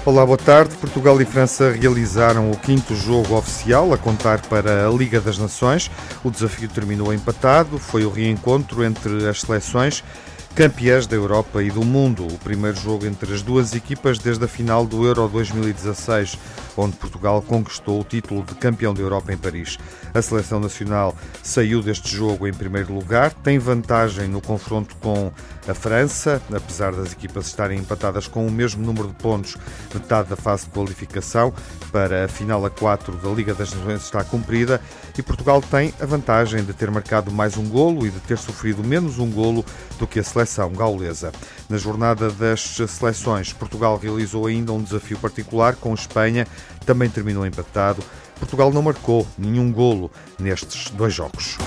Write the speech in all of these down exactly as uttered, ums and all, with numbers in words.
Olá, boa tarde. Portugal e França realizaram o quinto jogo oficial a contar para a Liga das Nações. O desafio terminou empatado. Foi o reencontro entre as seleções campeãs da Europa e do mundo. O primeiro jogo entre as duas equipas desde a final do Euro dois mil e dezasseis, onde Portugal conquistou o título de campeão da Europa em Paris. A seleção nacional saiu deste jogo em primeiro lugar, tem vantagem no confronto com a França, apesar das equipas estarem empatadas com o mesmo número de pontos. Metade da fase de qualificação para a final a quatro da Liga das Nações está cumprida e Portugal tem a vantagem de ter marcado mais um golo e de ter sofrido menos um golo do que a seleção gaulesa. Na jornada das seleções, Portugal realizou ainda um desafio particular com Espanha, também terminou empatado. Portugal não marcou nenhum golo nestes dois jogos.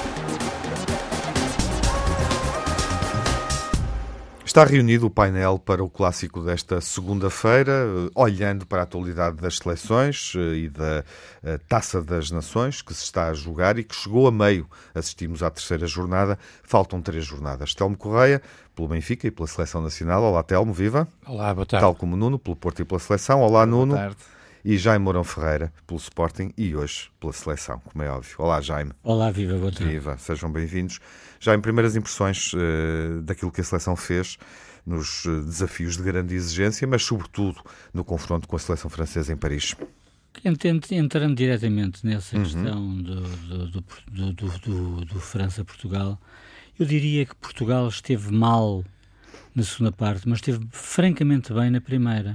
Está reunido o painel para o clássico desta segunda-feira, olhando para a atualidade das seleções e da Taça das Nações, que se está a jogar e que chegou a meio. Assistimos à terceira jornada, faltam três jornadas. Telmo Correia, pelo Benfica e pela Seleção Nacional. Olá, Telmo, viva. Olá, boa tarde. Tal como Nuno, pelo Porto e pela Seleção. Olá, Nuno. Boa tarde. E Jaime Mourão Ferreira, pelo Sporting e hoje pela Seleção, como é óbvio. Olá, Jaime. Olá, viva, boa tarde. Viva, sejam bem-vindos. Jaime, primeiras impressões uh, daquilo que a Seleção fez nos uh, desafios de grande exigência, mas sobretudo no confronto com a Seleção Francesa em Paris. Entrando diretamente nessa uhum. questão do, do, do, do, do, do, do França-Portugal, eu diria que Portugal esteve mal na segunda parte, mas esteve francamente bem na primeira.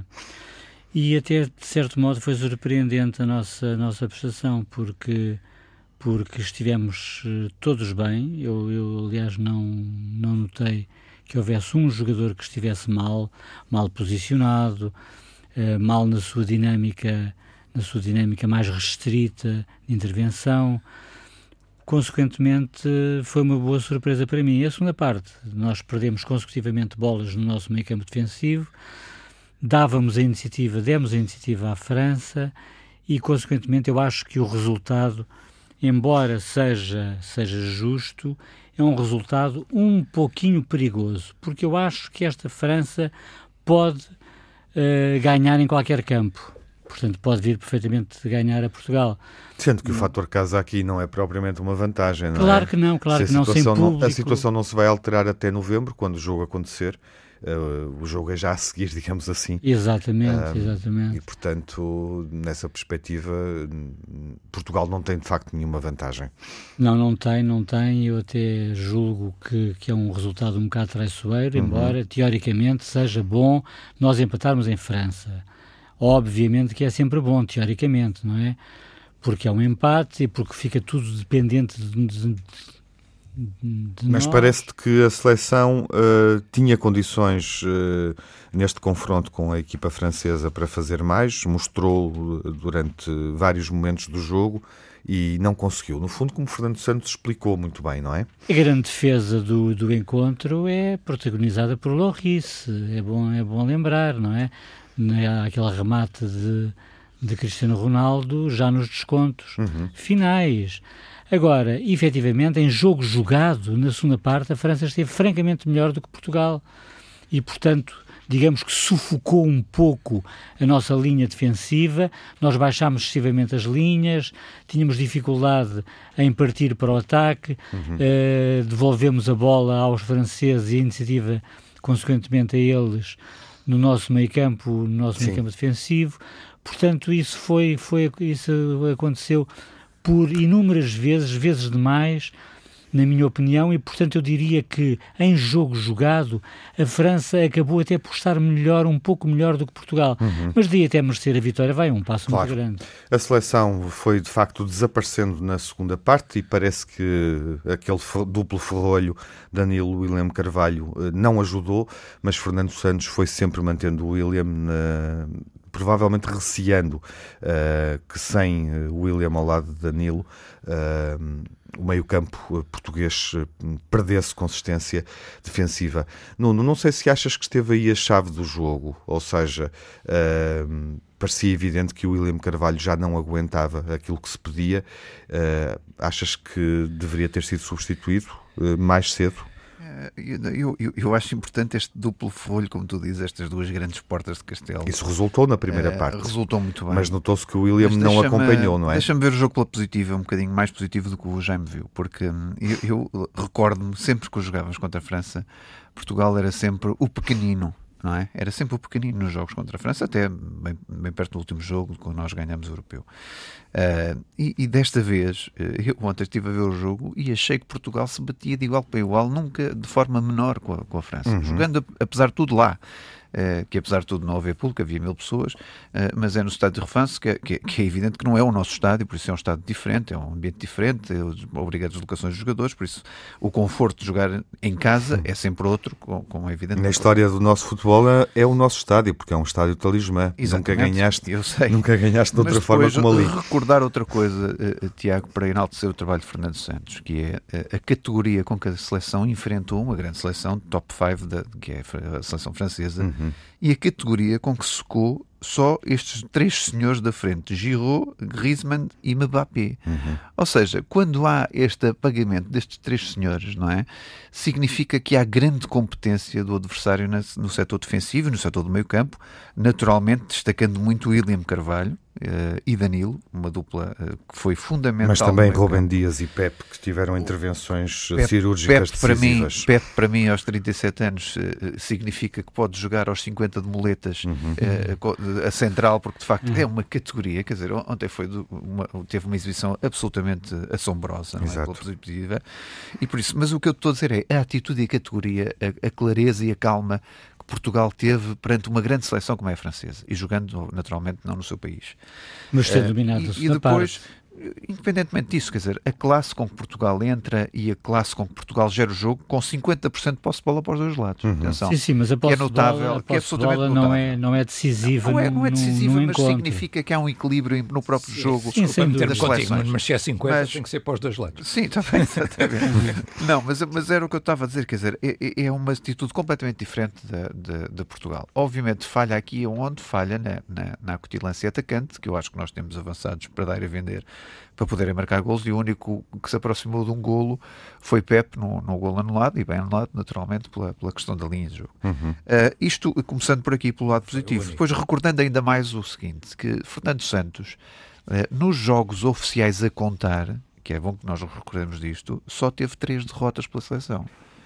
E até, de certo modo, foi surpreendente a nossa, a nossa prestação, porque, porque estivemos uh, todos bem. Eu, eu aliás, não, não notei que houvesse um jogador que estivesse mal, mal posicionado, uh, mal na sua dinâmica, na sua dinâmica mais restrita de intervenção. Consequentemente, foi uma boa surpresa para mim. E a segunda parte, nós perdemos consecutivamente bolas no nosso meio-campo defensivo, dávamos a iniciativa, demos a iniciativa à França e, consequentemente, eu acho que o resultado, embora seja, seja justo, é um resultado um pouquinho perigoso, porque eu acho que esta França pode uh, ganhar em qualquer campo. Portanto, pode vir perfeitamente ganhar a Portugal. Sendo que o fator casa aqui não é propriamente uma vantagem, não claro é? que não, claro Se que não, sem público. Não, a situação não se vai alterar até novembro, quando o jogo acontecer. Uh, o jogo é já a seguir, digamos assim. Exatamente, uh, exatamente. E, portanto, nessa perspectiva, Portugal não tem, de facto, nenhuma vantagem. Não, não tem, não tem. Eu até julgo que, que é um resultado um bocado traiçoeiro, uhum. embora, teoricamente, seja bom nós empatarmos em França. Obviamente que é sempre bom, teoricamente, não é? Porque é um empate e porque fica tudo dependente de... de De Mas nós. parece-te que a seleção uh, tinha condições uh, neste confronto com a equipa francesa para fazer mais, mostrou uh, durante vários momentos do jogo e não conseguiu. No fundo, como Fernando Santos explicou muito bem, não é? A grande defesa do, do encontro é protagonizada por Lloris, é bom, é bom lembrar, não é? Há aquele remate de, de Cristiano Ronaldo já nos descontos uhum. finais. Agora, efetivamente, em jogo jogado, na segunda parte, a França esteve francamente melhor do que Portugal e, portanto, digamos que sufocou um pouco a nossa linha defensiva, nós baixámos excessivamente as linhas, tínhamos dificuldade em partir para o ataque, uhum. uh, devolvemos a bola aos franceses e a iniciativa, consequentemente, a eles no nosso meio-campo, no nosso meio-campo defensivo. Portanto, isso, foi, foi, isso aconteceu por inúmeras vezes, vezes demais, na minha opinião, e portanto eu diria que em jogo jogado a França acabou até por estar melhor, um pouco melhor do que Portugal, uhum. mas daí até merecer a vitória vai um passo claro. muito grande. A seleção foi de facto desaparecendo na segunda parte e parece que aquele duplo ferrolho Danilo William Carvalho não ajudou, mas Fernando Santos foi sempre mantendo o William na... provavelmente receando uh, que sem uh, William ao lado de Danilo uh, o meio-campo uh, português uh, perdesse consistência defensiva. Nuno, não sei se achas que esteve aí a chave do jogo, ou seja, uh, parecia evidente que o William Carvalho já não aguentava aquilo que se pedia. Uh, achas que deveria ter sido substituído uh, mais cedo? Eu, eu, eu acho importante este duplo folho, como tu dizes, estas duas grandes portas de castelo. Isso resultou na primeira uh, parte. Resultou muito bem. Mas notou-se que o William não acompanhou, não é? Deixa-me ver o jogo pela positiva, um bocadinho mais positivo do que o Jaime viu, porque hum, eu, eu recordo-me, sempre que jogávamos contra a França, Portugal era sempre o pequenino. Não é? Era sempre o pequenino nos jogos contra a França, até bem, bem perto do último jogo, quando nós ganhamos o europeu. Uh, e, e desta vez, eu ontem estive a ver o jogo e achei que Portugal se batia de igual para igual, nunca de forma menor com a, com a França, uhum. jogando apesar de tudo lá. Uh, que apesar de tudo não haver público, havia mil pessoas, uh, mas é no estádio de Refance que, que, que é evidente que não é o nosso estádio, por isso é um estádio diferente, é um ambiente diferente, obriga a deslocações dos jogadores, por isso o conforto de jogar em casa é sempre outro, como, como é evidente. Na história do nosso futebol é o nosso estádio, porque é um estádio talismã. Nunca ganhaste, eu sei. Nunca ganhaste de outra mas forma como ali. Recordar outra coisa, uh, Tiago, para enaltecer o trabalho de Fernando Santos, que é uh, a categoria com que a seleção enfrentou uma grande seleção, top cinco, que é a seleção francesa, uhum. e a categoria com que secou só estes três senhores da frente, Giroud, Griezmann e Mbappé. Uhum. Ou seja, quando há este apagamento destes três senhores, não é? Significa que há grande competência do adversário no setor defensivo e no setor do meio campo, naturalmente destacando muito William Carvalho uh, e Danilo, uma dupla uh, que foi fundamental. Mas também Rubem Dias e Pepe, que tiveram intervenções Pepe, cirúrgicas Pepe, decisivas. Para mim, Pepe, para mim, aos trinta e sete anos, uh, significa que pode jogar aos cinquenta de muletas, uhum. uh, a central, porque de facto uhum. é uma categoria, quer dizer, ontem foi uma, teve uma exibição absolutamente assombrosa, não é? Pela positiva. E por isso, mas o que eu estou a dizer é a atitude e a categoria, a, a clareza e a calma que Portugal teve perante uma grande seleção como é a francesa, e jogando naturalmente não no seu país. Mas ter dominado uh, a e, e depois parte. Independentemente disso, quer dizer, a classe com que Portugal entra e a classe com que Portugal gera o jogo com cinquenta por cento de posse de bola para os dois lados. Uhum. Atenção, sim, sim, mas a posse que é notável, de bola, a que é absolutamente bola não, é, não é decisiva. Não é, não é decisiva, no, no mas encontro. Significa que há um equilíbrio no próprio sim, jogo. Sim, sem ter contigo, mas se é cinquenta mas... tem que ser para os dois lados. Sim, está bem, exatamente. Não, mas, mas era o que eu estava a dizer, quer dizer, é, é uma atitude completamente diferente de, de, de Portugal. Obviamente falha aqui onde falha na, na, na acutilância atacante, que eu acho que nós temos avançados para dar e vender, para poderem marcar golos, e o único que se aproximou de um golo foi Pepe no, no golo anulado, e bem anulado naturalmente pela, pela questão da linha de jogo. Uhum. Uh, isto começando por aqui pelo lado positivo, depois recordando ainda mais o seguinte, que Fernando Santos uh, nos jogos oficiais a contar, que é bom que nós recordemos disto, só teve três derrotas pela seleção.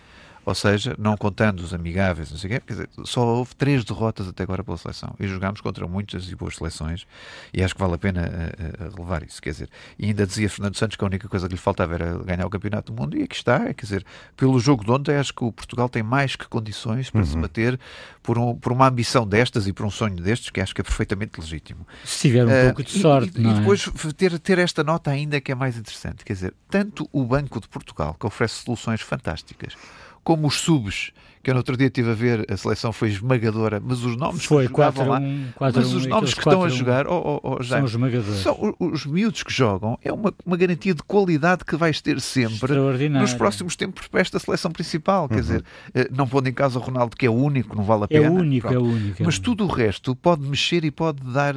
Ou seja, não contando os amigáveis, não sei o quê, quer dizer, só houve três derrotas até agora pela seleção. E jogámos contra muitas e boas seleções, e acho que vale a pena uh, uh, relevar isso. Quer dizer, e ainda dizia Fernando Santos que a única coisa que lhe faltava era ganhar o Campeonato do Mundo, e aqui está. Quer dizer, pelo jogo de ontem, acho que o Portugal tem mais que condições para uhum. se bater por, um, por uma ambição destas e por um sonho destes, que acho que é perfeitamente legítimo. Se tiver um uh, pouco de sorte, e, não e depois é? ter, ter esta nota ainda que é mais interessante. Quer dizer, tanto o Banco de Portugal, que oferece soluções fantásticas, como os subs, que eu no outro dia estive a ver, a seleção foi esmagadora, mas os nomes foi que jogavam lá, um, mas um, os nomes que estão a jogar, oh, oh, oh, já, são esmagadores. São os, os miúdos que jogam, é uma, uma garantia de qualidade que vais ter sempre nos próximos tempos para esta seleção principal. Quer uhum. dizer, não pondo em causa o Ronaldo, que é único, não vale a pena. É único, pronto. é único. É mas único. Tudo o resto pode mexer e pode dar uh,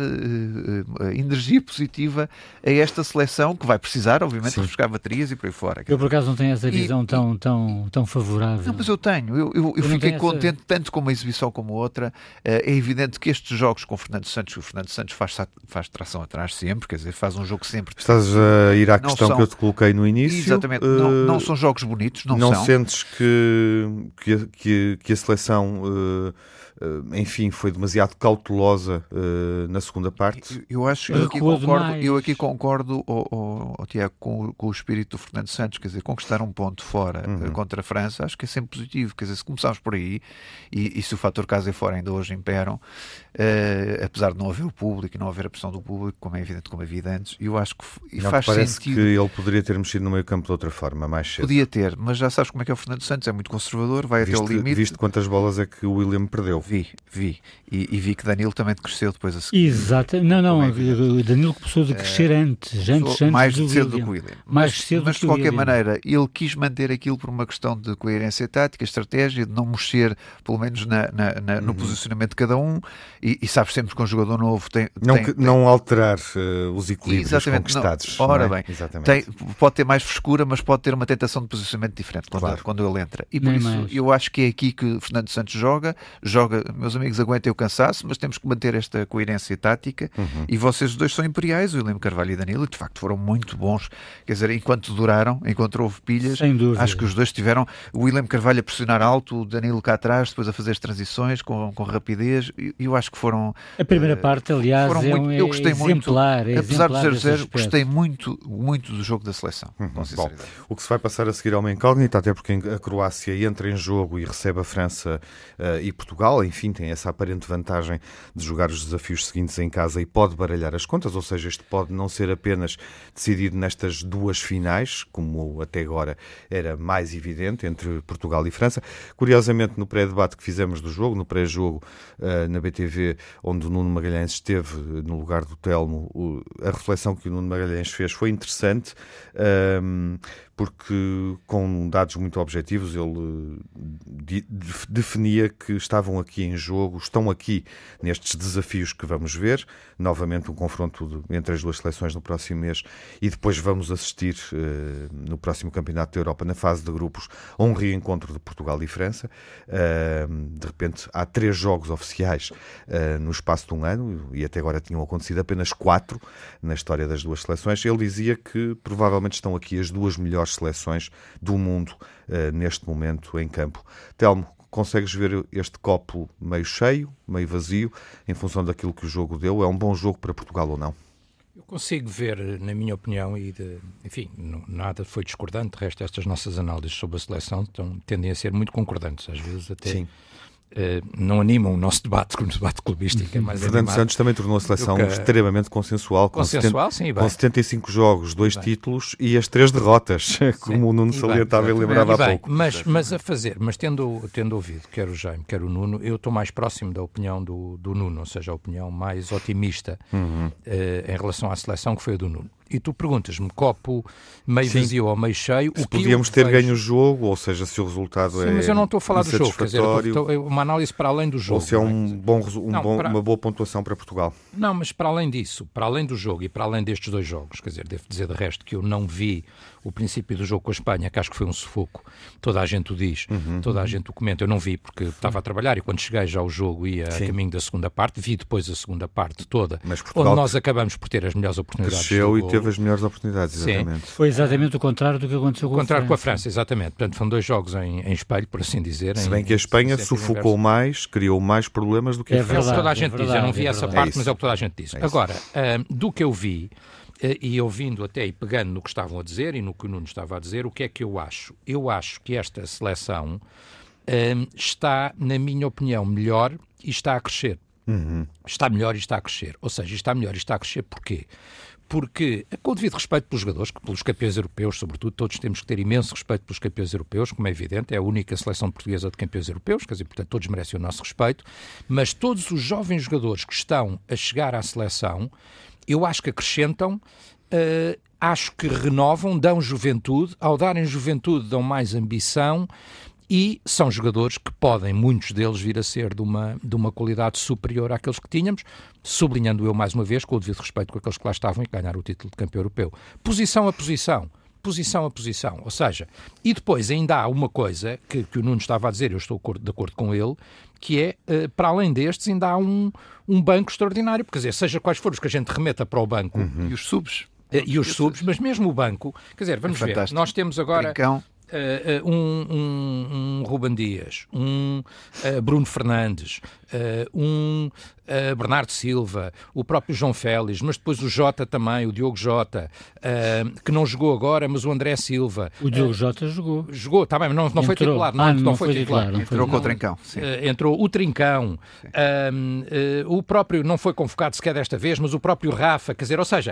uh, energia positiva a esta seleção, que vai precisar, obviamente, buscar baterias e por aí fora. Eu, por acaso, não tenho essa visão e, tão, e, tão, tão favorável. Não, mas eu tenho. Eu, eu, eu, eu fiquei contente essa... tanto com uma exibição como outra. É evidente que estes jogos com o Fernando Santos, o Fernando Santos faz, faz tração atrás sempre, quer dizer, faz um jogo sempre. Estás a ir à questão são... que eu te coloquei no início. Exatamente, uh... não, não são jogos bonitos, não, não são. Não sentes que, que, a, que, que a seleção, uh, uh, enfim, foi demasiado cautelosa uh, na segunda parte? Eu, eu acho, eu aqui concordo, eu aqui concordo oh, oh, oh, Tiago, com, com o espírito do Fernando Santos, quer dizer, conquistar um ponto fora uhum. uh, contra a França, acho que é sempre positivo, quer dizer, se começarmos por aí, e, e se o fator casa e fora ainda hoje imperam, uh, apesar de não haver o público e não haver a pressão do público, como é evidente, como havia antes, eu acho que e não faz parece sentido. Que ele poderia ter mexido no meio campo de outra forma, mais cedo. Podia ter, mas já sabes como é que é o Fernando Santos, é muito conservador, vai viste, até o limite. Viste quantas bolas é que o William perdeu? Vi, vi. E, e vi que Danilo também cresceu depois a seguir. Exato. Não, não, o Danilo começou de crescer uh, antes, antes, antes mais do cedo William. do que o William. Mais mas, cedo mas do de qualquer William. maneira, ele quis manter aquilo por uma questão de coerência tática, estratégia, de não mexer, pelo menos na, na, na, no uhum. posicionamento de cada um, e, e sabes sempre que um jogador novo tem... Não, tem, que, tem... não alterar uh, os equilíbrios Exatamente, conquistados. Não. Ora não é? bem, tem, pode ter mais frescura, mas pode ter uma tentação de posicionamento diferente quando, claro. quando ele entra. E por Nem isso mais. eu acho que é aqui que o Fernando Santos joga, joga, meus amigos, aguentem o cansaço, mas temos que manter esta coerência tática, uhum. e vocês dois são imperiais, o William Carvalho e Danilo, e de facto foram muito bons, quer dizer, enquanto duraram, enquanto houve pilhas, acho que os dois tiveram, o William Carvalho a pressionar alto, o Danilo cá atrás, depois a fazer as transições com, com rapidez, e eu acho que foram... A primeira parte, aliás, foram é, muito, eu gostei exemplar, muito, é apesar do zero zero, aspecto. Gostei muito, muito do jogo da seleção, uhum. com sinceridade. Bom, o que se vai passar a seguir é uma incógnita, até porque a Croácia entra em jogo e recebe a França uh, e Portugal, enfim, tem essa aparente vantagem de jogar os desafios seguintes em casa e pode baralhar as contas, ou seja, isto pode não ser apenas decidido nestas duas finais, como até agora era mais evidente, entre Portugal e França. Curiosamente, no pré-debate que fizemos do jogo, no pré-jogo uh, na B T V, onde o Nuno Magalhães esteve no lugar do Telmo, o, a reflexão que o Nuno Magalhães fez foi interessante, um, porque com dados muito objetivos ele de, de, definia que estavam aqui em jogo, estão aqui nestes desafios que vamos ver, novamente um confronto de, entre as duas seleções no próximo mês, e depois vamos assistir uh, no próximo Campeonato da Europa, na fase de grupos, a um reencontro de Portugal e França. Uh, de repente há três jogos oficiais uh, no espaço de um ano, e até agora tinham acontecido apenas quatro na história das duas seleções. Ele dizia que provavelmente estão aqui as duas melhores seleções do mundo uh, neste momento em campo. Telmo, consegues ver este copo meio cheio, meio vazio, em função daquilo que o jogo deu? É um bom jogo para Portugal ou não? Eu consigo ver, na minha opinião, e de, enfim, não, nada foi discordante, de resto estas nossas análises sobre a seleção estão, tendem a ser muito concordantes, às vezes até... Sim. Uh, não animam o nosso debate, como o debate clubístico é mais Fernando animado. Santos também tornou a seleção que... extremamente consensual, consensual com, sim, com setenta e cinco jogos, dois títulos e as três derrotas, como sim, o Nuno salientava e lembrava há pouco. Mas, mas a fazer, mas tendo, tendo ouvido quer o Jaime, quer o Nuno, eu estou mais próximo da opinião do, do Nuno, ou seja, a opinião mais otimista uhum. uh, em relação à seleção, que foi a do Nuno. E tu perguntas-me, copo meio sim. vazio ou meio cheio... Se o que podíamos ter vejo... ganho o jogo, ou seja, se o resultado sim, é mas eu não estou a falar do jogo, quer dizer, estou, uma análise para além do jogo. Ou se é um bom, um não, bom, para... uma boa pontuação para Portugal. Não, mas para além disso, para além do jogo e para além destes dois jogos, quer dizer, devo dizer de resto que eu não vi o princípio do jogo com a Espanha, que acho que foi um sufoco, toda a gente o diz, uhum, toda a gente o comenta, eu não vi porque estava a trabalhar e quando cheguei já ao jogo ia sim. a caminho da segunda parte, vi depois a segunda parte toda, mas Portugal onde nós acabamos por ter as melhores oportunidades. Cresceu e teve as melhores oportunidades, exatamente. Sim. Foi exatamente o contrário do que aconteceu com, o contrário a com a França, exatamente. Portanto, foram dois jogos em, em espelho, por assim dizer. Se bem em, que a Espanha sufocou mais, criou mais problemas do que é a França. É o que toda a gente é diz, eu não vi é essa verdade. parte, é mas é o que toda a gente diz. É Agora, um, do que eu vi, e ouvindo até e pegando no que estavam a dizer e no que o Nuno estava a dizer, o que é que eu acho? Eu acho que esta seleção um, está, na minha opinião, melhor e está a crescer. Uhum. Está melhor e está a crescer. Ou seja, está melhor e está a crescer porquê? Porque, com devido respeito pelos jogadores, pelos campeões europeus, sobretudo, todos temos que ter imenso respeito pelos campeões europeus, como é evidente, é a única seleção portuguesa de campeões europeus, quer dizer, portanto, todos merecem o nosso respeito, mas todos os jovens jogadores que estão a chegar à seleção, eu acho que acrescentam, uh, acho que renovam, dão juventude, ao darem juventude dão mais ambição, e são jogadores que podem, muitos deles, vir a ser de uma, de uma qualidade superior àqueles que tínhamos, sublinhando eu mais uma vez, com o devido respeito com aqueles que lá estavam e ganhar o título de campeão europeu. Posição a posição, posição a posição, ou seja, e depois ainda há uma coisa que, que o Nuno estava a dizer, eu estou de acordo com ele, que é, para além destes, ainda há um, um banco extraordinário, porque, quer dizer, seja quais forem os que a gente remeta para o banco, uhum. e os subs, e os subs, mas mesmo o banco, quer dizer, vamos é ver, nós temos agora... Brincão. Uh, uh, um, um, um Ruben Dias, um uh, Bruno Fernandes, uh, um uh, Bernardo Silva, o próprio João Félix, mas depois o Jota também, o Diogo Jota, uh, que não jogou agora, mas o André Silva. O Diogo uh, Jota jogou. Jogou, está bem, mas não, não foi titular. Não, ah, não, não foi, foi titular. titular. Não entrou foi, com o Trincão. Sim. Uh, entrou o Trincão. Uh, uh, o próprio, não foi convocado sequer desta vez, mas o próprio Rafa, quer dizer, ou seja,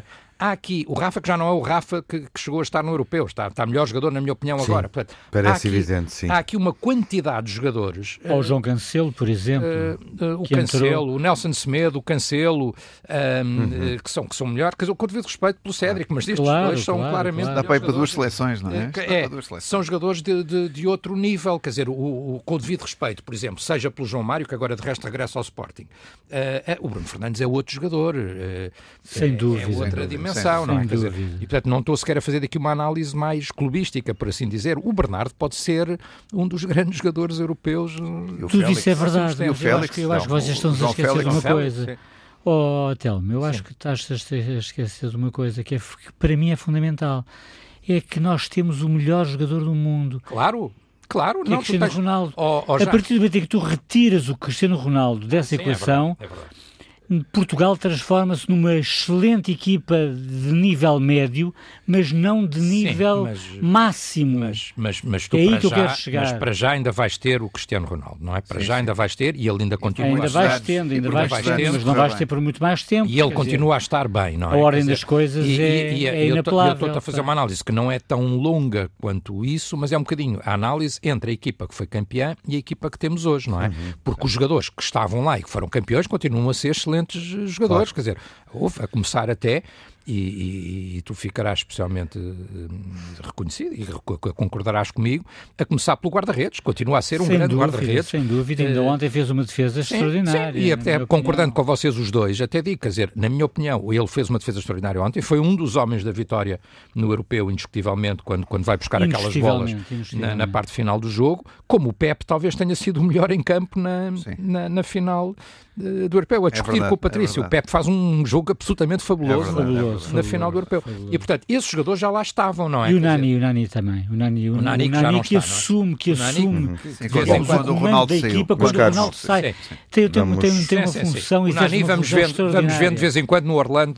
há aqui o Rafa, que já não é o Rafa que, que chegou a estar no Europeu, está, está melhor jogador, na minha opinião, sim, agora. Portanto, parece aqui, evidente, sim. Há aqui uma quantidade de jogadores. Ou o João Cancelo, por exemplo. Uh, uh, o Cancelo, entrou... o Nelson Semedo, o Cancelo, um, uhum. uh, que, são, que são melhores, quer dizer, com devido respeito pelo Cédric, mas estes claro, dois são claro, claramente. Claro. Dá para ir para duas seleções, não é? É, é são jogadores de, de, de outro nível, quer dizer, o, o, com o devido respeito, por exemplo, seja pelo João Mário, que agora de resto regressa ao Sporting, uh, uh, o Bruno Fernandes é outro jogador, uh, sem é, dúvida, é outra sem dimensão, sem não é? Quer dúvida. dizer, e portanto não estou sequer a fazer daqui uma análise mais clubística, por assim dizer. O Bernardo pode ser um dos grandes jogadores europeus. Tudo Félix, isso é verdade, eu, Félix, acho que, eu acho que vocês estão a esquecer Félix, de uma Félix, coisa. Sim. Oh, Telmo, eu acho sim. que estás a esquecer de uma coisa que, é, que para mim é fundamental. É que nós temos o melhor jogador do mundo. Claro, claro. Que não, é Cristiano tens... Ronaldo. Oh, oh, a partir do momento em que tu retiras o Cristiano Ronaldo dessa sim, equação, é verdade, é verdade. Portugal transforma-se numa excelente equipa de nível médio, mas não de nível sim, mas, Mas, máximo. mas, mas, tu é para aí que já, eu quero chegar. Mas para já ainda vais ter o Cristiano Ronaldo, não é? Para sim, já sim. ainda vais ter e ele ainda continua ainda a estar. Vais tendo, ainda vais tendo, ainda mas não vais ter por muito mais tempo. E ele continua dizer, a estar bem, não é? A ordem dizer, das coisas e, é, e, é inapelável. Eu estou a fazer uma análise que não é tão longa quanto isso, mas é um bocadinho a análise entre a equipa que foi campeã e a equipa que temos hoje, não é? Uhum. Porque os jogadores que estavam lá e que foram campeões continuam a ser excelentes jogadores. Claro. Quer dizer, houve, a começar até, e, e, e tu ficarás especialmente uh, reconhecido e concordarás comigo, a começar pelo guarda-redes, continua a ser um sem grande dúvida, guarda-redes. Sem dúvida, ainda uh, ontem fez uma defesa sim, extraordinária. Sim, e até concordando com vocês os dois, até digo, quer dizer, na minha opinião, ele fez uma defesa extraordinária ontem, foi um dos homens da vitória no Europeu, indiscutivelmente, quando, quando vai buscar aquelas bolas na, na parte final do jogo, como o Pepe talvez tenha sido o melhor em campo na, na, na final do Europeu, a discutir é verdade, com o Patrício. É o Pepe faz um jogo absolutamente fabuloso, é verdade, na, é verdade, na fabuloso, final do Europeu. Fabuloso. E, portanto, esses jogadores já lá estavam, não é? E o Nani, dizer... o Nani também. O Nani, o, o Nani, que, o Nani que está, assume, que assume uhum. sim, quando, quando o Ronaldo da saiu. Equipa, quando o Ronaldo sai, sim, sim. tem, tem, vamos... tem, tem uma sim, função sim. e o Nani vamos vendo, vamos vendo de vez em quando no Orlando.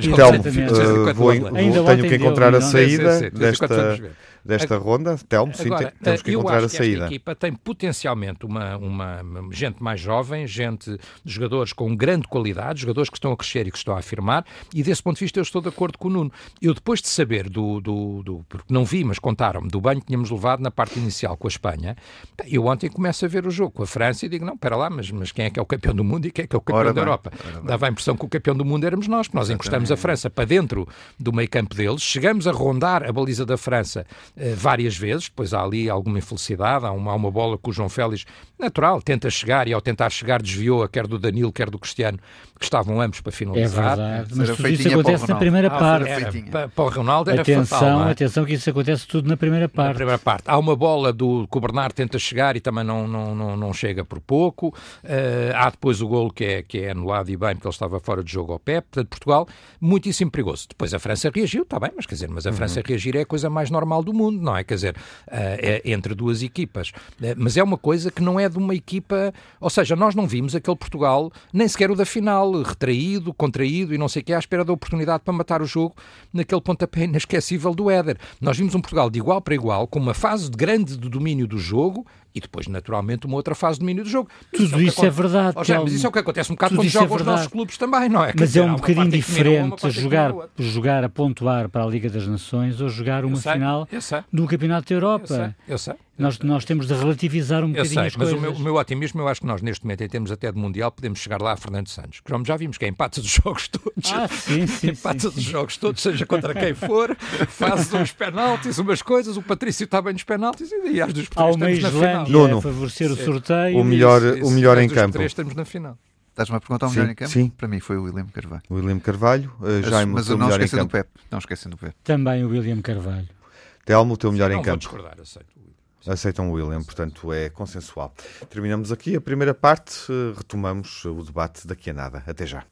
Tenho que encontrar a saída desta... desta ronda, Telmo, sim, Agora, temos que encontrar a saída. Eu acho que esta equipa tem potencialmente uma, uma, uma gente mais jovem, gente, jogadores com grande qualidade, jogadores que estão a crescer e que estão a afirmar, e desse ponto de vista eu estou de acordo com o Nuno. Eu depois de saber do, do, do porque não vi, mas contaram-me, do banho que tínhamos levado na parte inicial com a Espanha, eu ontem começo a ver o jogo com a França e digo, não, espera lá, mas, mas quem é que é o campeão do mundo e quem é que é o campeão ora da bem, Europa? Dava a impressão que o campeão do mundo éramos nós, porque nós encostamos a França para dentro do meio campo deles, chegamos a rondar a baliza da França uh, várias vezes, depois há ali alguma infelicidade, há uma, há uma bola que o João Félix, natural, tenta chegar e ao tentar chegar desviou a quer do Danilo, quer do Cristiano, que estavam ambos para finalizar. É verdade, mas tudo isso acontece na primeira ah, parte. Era, para, para o Ronaldo era atenção, fatal. Não é? Atenção que isso acontece tudo na primeira parte. Na primeira parte. Há uma bola do, que o Bernardo tenta chegar e também não, não, não, não chega por pouco. Uh, há depois o golo que é, que é anulado e bem, porque ele estava fora de jogo ao Pepe. Portanto, Portugal, muitíssimo perigoso. Depois a França reagiu, está bem, mas quer dizer, mas a uhum. França reagir é a coisa mais normal do mundo, não é? Quer dizer, uh, é entre duas equipas. Uh, mas é uma coisa que não é de uma equipa, ou seja, nós não vimos aquele Portugal, nem sequer o da final, retraído, contraído e não sei o que, à espera da oportunidade para matar o jogo naquele pontapé inesquecível do Éder. Nós vimos um Portugal de igual para igual, com uma fase de grande de domínio do jogo e depois, naturalmente, uma outra fase de domínio do jogo. Tudo isso, é, isso é verdade. Oh, já, mas isso é o que acontece um bocado quando jogam é os nossos clubes também, não é? Quer mas dizer, é um bocadinho diferente uma, jogar, jogar a pontuar para a Liga das Nações ou jogar uma sei, final do Campeonato da Europa. Eu sei, eu sei. Nós, nós temos de relativizar um eu bocadinho sei, as mas coisas. O meu, o meu otimismo, eu acho que nós neste momento, em termos até de Mundial, podemos chegar lá a Fernando Santos. Que já vimos que é empate dos jogos todos. Ah, sim, sim. empate sim, dos sim. jogos todos, seja contra quem for, faz uns penaltis, umas coisas, o Patrício está bem nos penaltis e às dos Há uma Islândia a favorecer o sorteio. O melhor, isso, o melhor em dos campo. Três estamos na final. Estás-me a perguntar o melhor em campo? Sim. Para mim foi o William Carvalho. O William Carvalho, uh, Jaime, mas o teu não melhor em esquecendo campo. do Pepe. Não esquecendo do Pepe. Também o William Carvalho. Telmo, o teu melhor Sim, em não campo. Vou discordar, aceito o William. Aceitam o William, portanto é consensual. Terminamos aqui a primeira parte, retomamos o debate daqui a nada. Até já.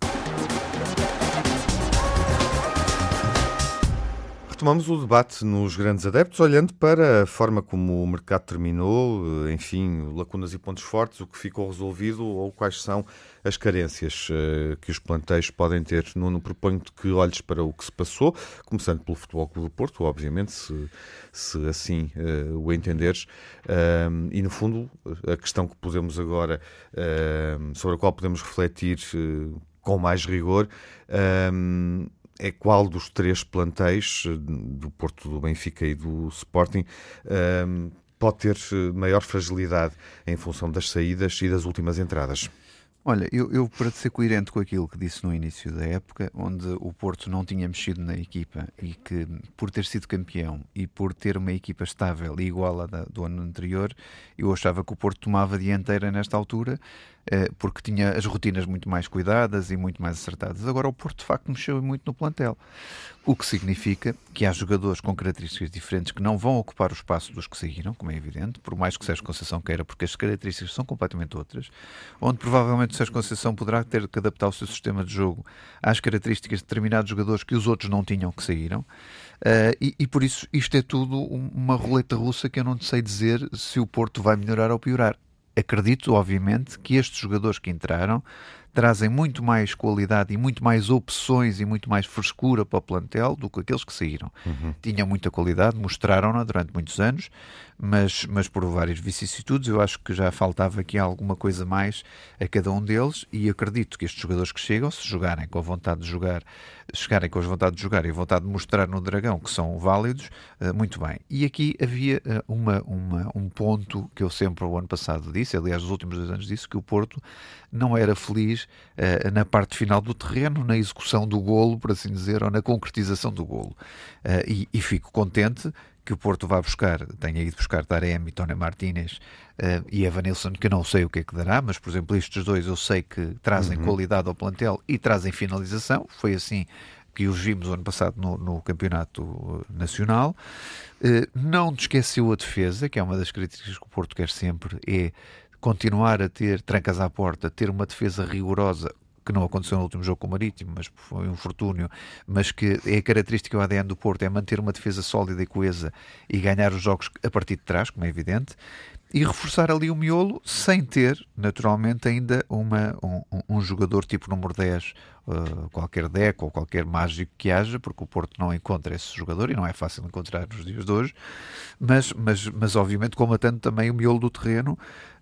Retomamos o debate nos grandes adeptos, olhando para a forma como o mercado terminou, enfim, lacunas e pontos fortes, o que ficou resolvido ou quais são as carências uh, que os plantéis podem ter. Nuno, proponho-te que olhes para o que se passou, começando pelo Futebol Clube do Porto, obviamente, se, se assim uh, o entenderes, uh, e no fundo a questão que podemos agora, uh, sobre a qual podemos refletir uh, com mais rigor, uh, é qual dos três plantéis, do Porto, do Benfica e do Sporting, pode ter maior fragilidade em função das saídas e das últimas entradas? Olha, eu, eu para ser coerente com aquilo que disse no início da época, onde o Porto não tinha mexido na equipa e que, por ter sido campeão e por ter uma equipa estável e igual à da, do ano anterior, eu achava que o Porto tomava a dianteira nesta altura, eh, porque tinha as rotinas muito mais cuidadas e muito mais acertadas. Agora o Porto, de facto, mexeu muito no plantel, o que significa que há jogadores com características diferentes que não vão ocupar o espaço dos que saíram, como é evidente, por mais que o Sérgio Conceição queira, porque as características são completamente outras, onde provavelmente o Sérgio Conceição poderá ter que adaptar o seu sistema de jogo às características de determinados jogadores que os outros não tinham, que saíram. Uh, e, e por isso isto é tudo uma roleta russa que eu não sei dizer se o Porto vai melhorar ou piorar. Acredito, obviamente, que estes jogadores que entraram trazem muito mais qualidade e muito mais opções e muito mais frescura para o plantel do que aqueles que saíram. Uhum. Tinham muita qualidade, mostraram-na durante muitos anos, mas, mas por várias vicissitudes eu acho que já faltava aqui alguma coisa mais a cada um deles, e acredito que estes jogadores que chegam, se jogarem com a vontade de jogar, chegarem com a vontade de jogar e a vontade de mostrar no Dragão que são válidos, muito bem. E aqui havia uma, uma, um ponto que eu sempre o ano passado disse, aliás nos últimos dois anos disse, que o Porto não era feliz uh, na parte final do terreno, na execução do golo, por assim dizer, ou na concretização do golo. Uh, e, e fico contente que o Porto vá buscar, tenha ido buscar Taremi, Tony Martínez uh, e Evanilson, que eu não sei o que é que dará, mas, por exemplo, estes dois eu sei que trazem uhum. qualidade ao plantel e trazem finalização. Foi assim que os vimos o ano passado no, no Campeonato Nacional. Uh, não te esqueceu a defesa, que é uma das críticas que o Porto quer sempre, é continuar a ter trancas à porta, ter uma defesa rigorosa, que não aconteceu no último jogo com o Marítimo, mas foi um fortúnio, mas que é a característica do A D N do Porto, é manter uma defesa sólida e coesa e ganhar os jogos a partir de trás, como é evidente, e reforçar ali o miolo sem ter, naturalmente, ainda uma, um, um jogador tipo número dez, uh, qualquer Deco ou qualquer mágico que haja, porque o Porto não encontra esse jogador e não é fácil encontrar nos dias de hoje, mas, mas, mas obviamente combatendo também o miolo do terreno,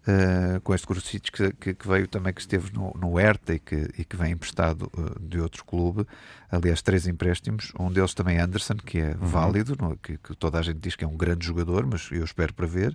Uh, com este Grucic que, que, que veio também, que esteve no, no Hertha e que, e que vem emprestado uh, de outro clube, aliás três empréstimos, um deles também Anderson, que é uhum. válido, no, que, que toda a gente diz que é um grande jogador, mas eu espero para ver,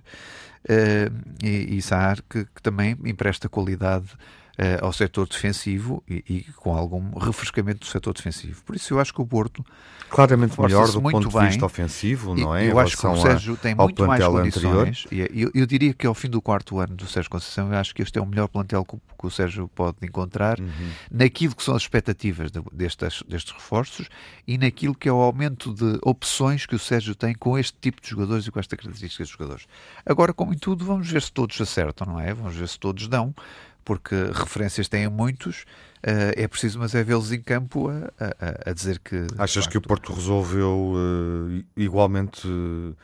uh, e, e Saar que, que também empresta qualidade Uh, ao setor defensivo e, e com algum refrescamento do setor defensivo. Por isso eu acho que o Porto claramente melhor do ponto de bem. vista ofensivo, não é? Eu acho que o Sérgio tem muito mais condições. E eu, eu diria que ao fim do quarto ano do Sérgio Conceição, eu acho que este é o melhor plantel que, que o Sérgio pode encontrar uhum. naquilo que são as expectativas de, destes, destes reforços e naquilo que é o aumento de opções que o Sérgio tem com este tipo de jogadores e com esta característica de jogadores. Agora, como em tudo, vamos ver se todos acertam, não é? Vamos ver se todos dão, porque referências têm muitos, uh, é preciso, mas é vê-los em campo a, a, a dizer que... Achas facto, que o Porto resolveu uh, igualmente uh,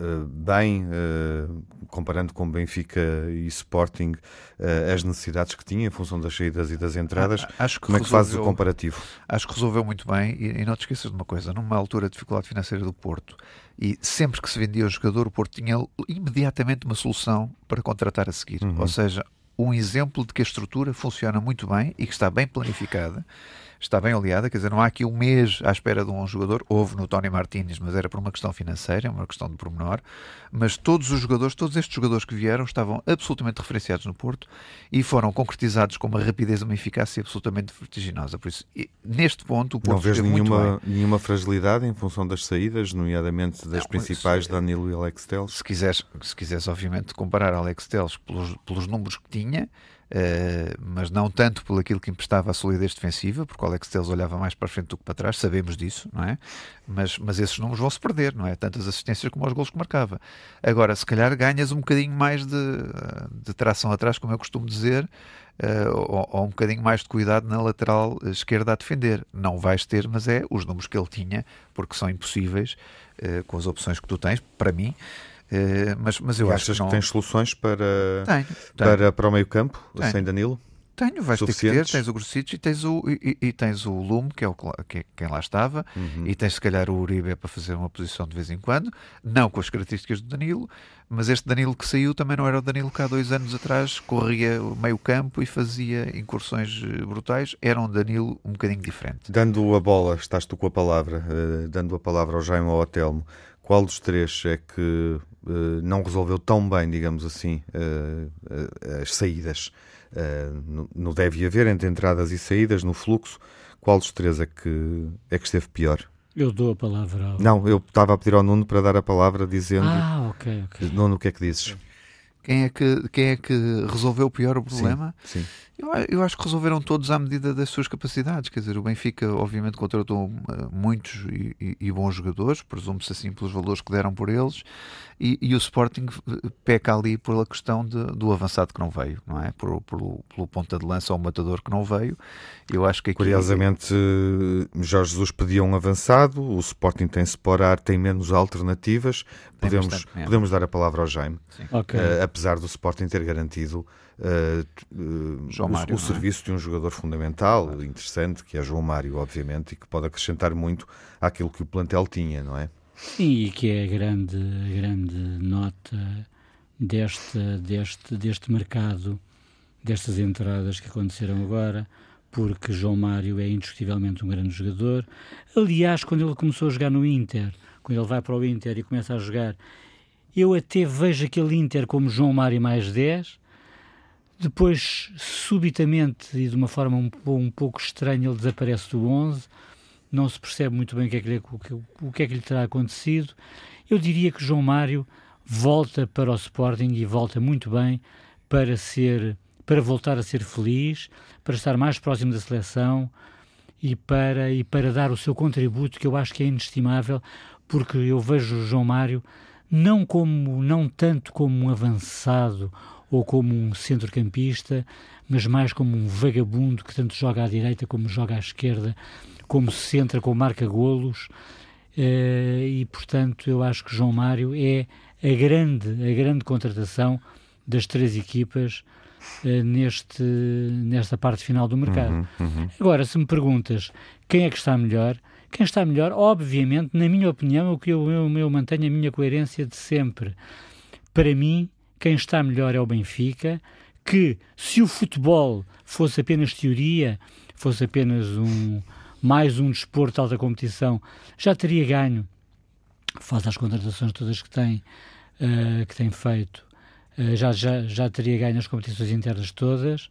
bem, uh, comparando com Benfica e Sporting, uh, as necessidades que tinha em função das saídas e das entradas? Acho que Como resolveu, é que fazes o comparativo? Acho que resolveu muito bem, e, e não te esqueças de uma coisa, numa altura de dificuldade financeira do Porto, e sempre que se vendia o jogador, o Porto tinha imediatamente uma solução para contratar a seguir, uhum. ou seja, um exemplo de que a estrutura funciona muito bem e que está bem planificada, está bem aliada, quer dizer, não há aqui um mês à espera de um jogador, houve no Tony Martínez, mas era por uma questão financeira, uma questão de pormenor, mas todos os jogadores, todos estes jogadores que vieram estavam absolutamente referenciados no Porto e foram concretizados com uma rapidez e uma eficácia absolutamente vertiginosa. Por isso, neste ponto, o Porto não vês nenhuma, nenhuma fragilidade em função das saídas, nomeadamente das não, principais, isso, Danilo e Alex Telles? Se quiseres, se quiseres obviamente comparar Alex Telles pelos, pelos números que tinha, Uh, mas não tanto por aquilo que emprestava a solidez defensiva, porque o Alex Telles olhava mais para a frente do que para trás, sabemos disso, não é? Mas, mas esses números vão-se perder, não é? Tantas assistências como os golos que marcava. Agora, se calhar ganhas um bocadinho mais de, de tração atrás, como eu costumo dizer, uh, ou, ou um bocadinho mais de cuidado na lateral esquerda a defender. Não vais ter, mas é os números que ele tinha, porque são impossíveis uh, com as opções que tu tens, para mim. Uh, mas, mas eu e acho achas que, não... que tens soluções para, tenho, tenho. para, para o meio campo, tenho. Sem Danilo? Tenho, vais ter que ter, suficientes? tens o Grucic e tens o, e, e tens o Lume, que é, o, que é quem lá estava, Uhum. e tens se calhar o Uribe para fazer uma posição de vez em quando, não com as características do Danilo, mas este Danilo que saiu também não era o Danilo que há dois anos atrás corria o meio campo e fazia incursões brutais, era um Danilo um bocadinho diferente. Dando a bola, estás tu com a palavra, uh, dando a palavra ao Jaime ou ao Telmo, qual dos três é que uh, não resolveu tão bem, digamos assim, uh, uh, as saídas? Uh, no, no deve haver entre entradas e saídas, no fluxo, qual dos três é que, é que esteve pior? Eu dou a palavra ao... Não, eu estava a pedir ao Nuno para dar a palavra dizendo... Ah, ok, ok. Nuno, o que é que dizes? Quem é que, quem é que resolveu pior o problema? Sim, sim. Eu, eu acho que resolveram todos à medida das suas capacidades. Quer dizer, o Benfica, obviamente, contratou uh, muitos e, e, e bons jogadores, presume-se assim pelos valores que deram por eles, e, e o Sporting peca ali pela questão de, do avançado que não veio, não é? Por, por, pelo ponta de lança ou matador que não veio. Eu acho que aqui... Curiosamente, Jorge Jesus pedia um avançado, o Sporting tem Sporar, tem menos alternativas. Podemos, podemos dar a palavra ao Jaime. Okay. Uh, apesar do Sporting ter garantido Uh, uh, João o, Mário, o serviço é? de um jogador fundamental, claro. Interessante, que é João Mário, obviamente, e que pode acrescentar muito àquilo que o plantel tinha, não é? Sim, e que é a grande, a grande nota deste, deste, deste mercado, destas entradas que aconteceram agora, porque João Mário é indiscutivelmente um grande jogador. Aliás, quando ele começou a jogar no Inter, quando ele vai para o Inter e começa a jogar, eu até vejo aquele Inter como João Mário mais dez. Depois, subitamente e de uma forma um, um pouco estranha, ele desaparece do onze, não se percebe muito bem o que, é que lhe, o, que, o que é que lhe terá acontecido. Eu diria que João Mário volta para o Sporting e volta muito bem para, ser, para voltar a ser feliz, para estar mais próximo da seleção e para, e para dar o seu contributo, que eu acho que é inestimável, porque eu vejo o João Mário não, como, não tanto como um avançado ou como um centrocampista, mas mais como um vagabundo que tanto joga à direita como joga à esquerda, como se centra, como marca golos, uh, e portanto eu acho que João Mário é a grande, a grande contratação das três equipas uh, neste, nesta parte final do mercado. Uhum, uhum. Agora, se me perguntas quem é que está melhor, quem está melhor, obviamente, na minha opinião, o que eu, eu, eu mantenho a minha coerência de sempre. Para mim, quem está melhor é o Benfica, que se o futebol fosse apenas teoria, fosse apenas um, mais um desporto de alta competição, já teria ganho, face às contratações todas que tem, uh, que tem feito, uh, já, já, já teria ganho as competições internas todas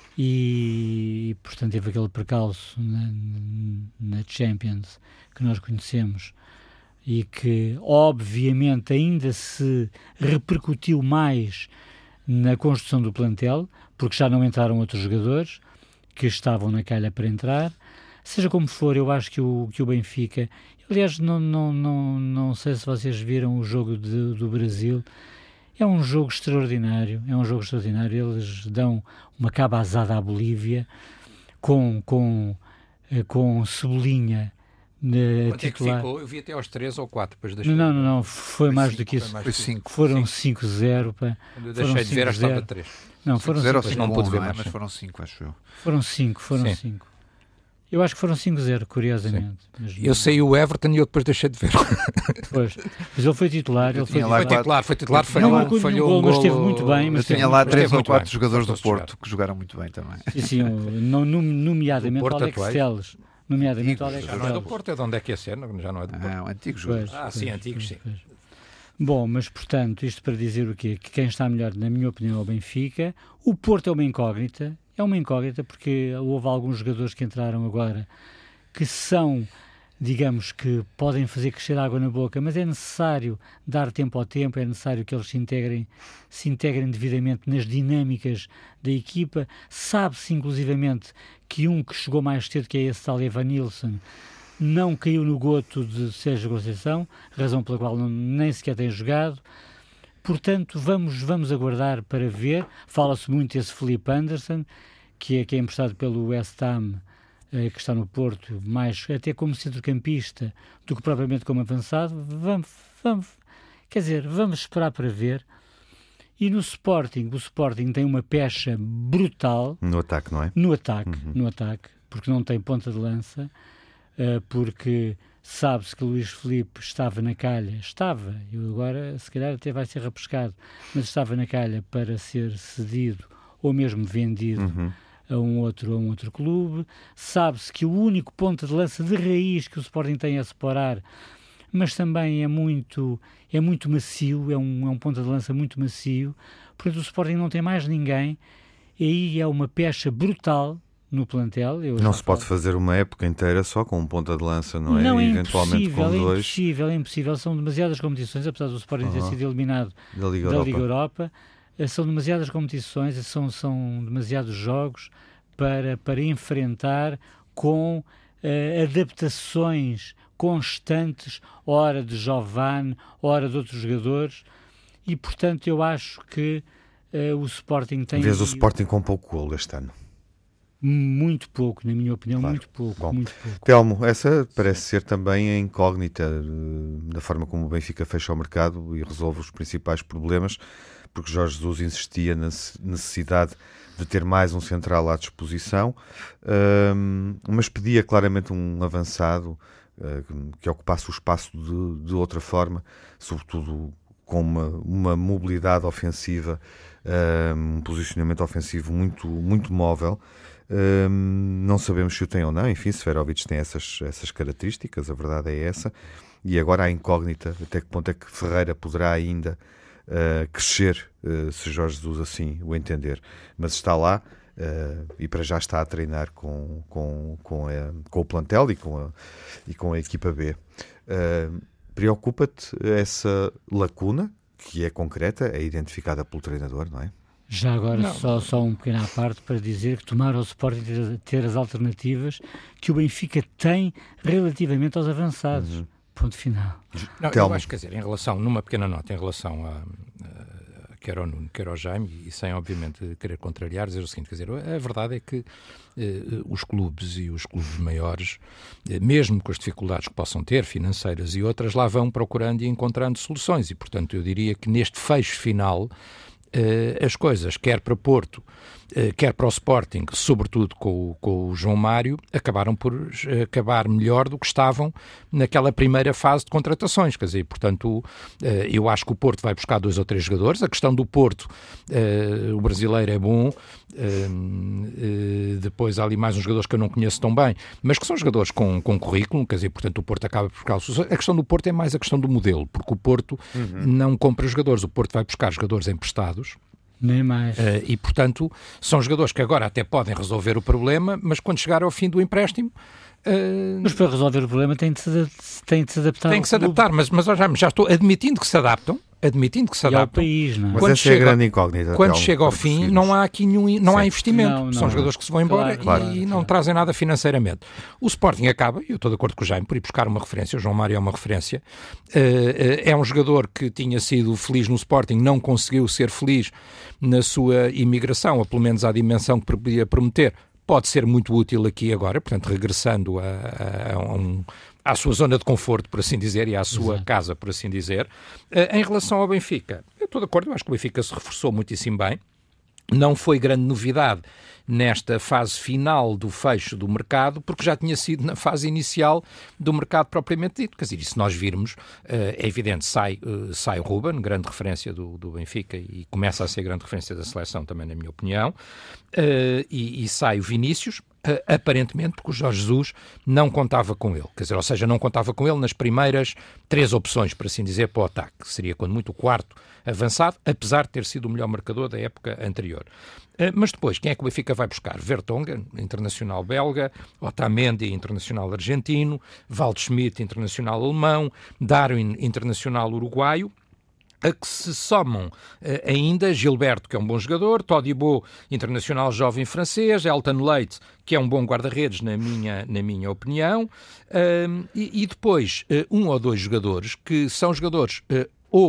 e, portanto, teve aquele percalço na, na Champions que nós conhecemos, e que, obviamente, ainda se repercutiu mais na construção do plantel, porque já não entraram outros jogadores que estavam na calha para entrar. Seja como for, eu acho que o, que o Benfica... Aliás, não, não, não, não sei se vocês viram o jogo de, do Brasil. É um jogo extraordinário, é um jogo extraordinário. Eles dão uma cabazada à Bolívia com, com, com Cebolinha... Quanto é que ficou? Eu vi até aos três ou quatro. Depois deixei... Não, não, não, foi, foi mais cinco, do que isso. Foi cinco. Foram cinco zero. Quando eu deixei de ver, acho que estava três. Não, foram cinco zero. Não pude ver mais, mas foram cinco, acho eu. Foram cinco, foram cinco. Eu acho que foram cinco zero, curiosamente. Mas... Eu sei o Everton e eu depois deixei de ver. Pois, mas ele foi titular. Ele foi, foi titular, foi titular, falhou, não falhou um gol, mas esteve muito bem. Mas eu tinha lá três ou quatro jogadores do Porto que jogaram muito bem também. Sim, sim, nomeadamente o Alex Telles. Nomeadamente o Alex Já não é do Porto, é de onde é que é ser, já não é do Porto. Não, antigos jogadores. Ah, sim, antigos, sim. Bom, mas portanto, isto para dizer o quê? Que quem está melhor, na minha opinião, é o Benfica. O Porto é uma incógnita, é uma incógnita porque houve alguns jogadores que entraram agora que são, digamos, que podem fazer crescer água na boca, mas é necessário dar tempo ao tempo, é necessário que eles se integrem, se integrem devidamente nas dinâmicas da equipa. Sabe-se, inclusivamente, que um que chegou mais cedo, que é esse tal Evan Nilsson, não caiu no goto de Sérgio Conceição, razão pela qual não, nem sequer tem jogado. Portanto, vamos, vamos aguardar para ver. Fala-se muito desse Felipe Anderson, que é, que é emprestado pelo West Ham, eh, que está no Porto, mais até como centrocampista do que propriamente como avançado. Vamos, vamos, quer dizer, vamos esperar para ver. E no Sporting, o Sporting tem uma pecha brutal... No ataque, não é? No ataque, uhum. no ataque, porque não tem ponta de lança, uh, porque sabe-se que o Luís Filipe estava na calha, estava, e agora se calhar até vai ser repescado, mas estava na calha para ser cedido ou mesmo vendido uhum. a um outro, a um outro clube. Sabe-se que o único ponta de lança de raiz que o Sporting tem a separar, mas também é muito, é muito macio, é um, é um ponta de lança muito macio, portanto o Sporting não tem mais ninguém, e aí é uma pecha brutal no plantel. Eu não se falo. pode fazer uma época inteira só com um ponta de lança, não é? Não, é e eventualmente com é dois. impossível, é impossível, são demasiadas competições, apesar do Sporting uhum. ter sido eliminado da Liga da Europa, Liga Europa são demasiadas competições, são, são demasiados jogos para, para enfrentar com uh, adaptações constantes, ora de Giovane, ora de outros jogadores, e portanto eu acho que uh, o Sporting tem... Vês o Sporting com pouco golo este ano? Muito pouco, na minha opinião, claro. muito pouco, Bom, muito pouco. Telmo, essa parece ser também a incógnita uh, da forma como o Benfica fecha o mercado e resolve os principais problemas, porque Jorge Jesus insistia na necessidade de ter mais um central à disposição, uh, mas pedia claramente um avançado uh, que ocupasse o espaço de, de outra forma, sobretudo com uma, uma mobilidade ofensiva, uh, um posicionamento ofensivo muito, muito móvel. Uh, não sabemos se o tem ou não, enfim, Seferovic tem essas, essas características, a verdade é essa, e agora a incógnita, até que ponto é que Ferreira poderá ainda uh, crescer, uh, se Jorge Jesus assim o entender, mas está lá uh, e para já está a treinar com, com, com, a, com o plantel e com a, e com a equipa B. Uh, preocupa-te essa lacuna, que é concreta, é identificada pelo treinador, não é? Já agora, só, só um pequeno à parte para dizer que tomar ao Sporting ter, ter as alternativas que o Benfica tem relativamente aos avançados. Uhum. Ponto final. Não, eu acho, quer dizer, em relação, numa pequena nota, em relação a, a quer ao Nuno, quer ao Jaime, e sem, obviamente, querer contrariar, dizer o seguinte, quer dizer, a verdade é que eh, os clubes e os clubes maiores, eh, mesmo com as dificuldades que possam ter, financeiras e outras, lá vão procurando e encontrando soluções, e, portanto, eu diria que neste fecho final, Uh, as coisas, quer para Porto, uh, quer para o Sporting, sobretudo com o, com o João Mário, acabaram por uh, acabar melhor do que estavam naquela primeira fase de contratações. Quer dizer, portanto, uh, eu acho que o Porto vai buscar dois ou três jogadores. A questão do Porto, uh, o brasileiro é bom, uh, uh, depois há ali mais uns jogadores que eu não conheço tão bem, mas que são jogadores com, com currículo, quer dizer, portanto, o Porto acaba por buscar. A questão do Porto é mais a questão do modelo, porque o Porto uhum. não compra jogadores, o Porto vai buscar jogadores emprestados. Nem mais. Uh, e, portanto, são jogadores que agora até podem resolver o problema, mas quando chegar ao fim do empréstimo... Uh, mas para resolver o problema tem de se, tem de se adaptar. Tem que se adaptar, mas, mas já, já estou admitindo que se adaptam, admitindo que se adaptam. E ao país, não é? Mas quando essa chega, é a grande incógnita. Quando chega ao fim, não há aqui nenhum, não há investimento. Não, não, não, são jogadores que se vão embora claro, e claro, não claro. trazem nada financeiramente. O Sporting acaba, e eu estou de acordo com o Jaime, por ir buscar uma referência, o João Mário é uma referência, uh, uh, é um jogador que tinha sido feliz no Sporting, não conseguiu ser feliz na sua imigração, ou pelo menos à dimensão que podia prometer. Pode ser muito útil aqui agora, portanto, regressando a, a, a um, à sua zona de conforto, por assim dizer, e à sua Exato. casa, por assim dizer. Uh, em relação ao Benfica, eu estou de acordo, eu acho que o Benfica se reforçou muitíssimo bem. Não foi grande novidade nesta fase final do fecho do mercado, porque já tinha sido na fase inicial do mercado propriamente dito. Quer dizer, e se nós virmos, é evidente, sai, sai o Ruben, grande referência do, do Benfica, e começa a ser grande referência da seleção também, na minha opinião, e, e sai o Vinícius, aparentemente porque o Jorge Jesus não contava com ele, quer dizer, ou seja, não contava com ele nas primeiras três opções, por assim dizer, para o ataque, seria quando muito o quarto avançado, apesar de ter sido o melhor marcador da época anterior. Mas depois, quem é que o Benfica vai buscar? Vertonghen, internacional belga, Otamendi, internacional argentino, Waldschmidt, internacional alemão, Darwin, internacional uruguaio, a que se somam uh, ainda Gilberto, que é um bom jogador, Todibo, internacional jovem francês, Elton Leite, que é um bom guarda-redes, na minha, na minha opinião, uh, e, e depois uh, um ou dois jogadores que são jogadores uh, ou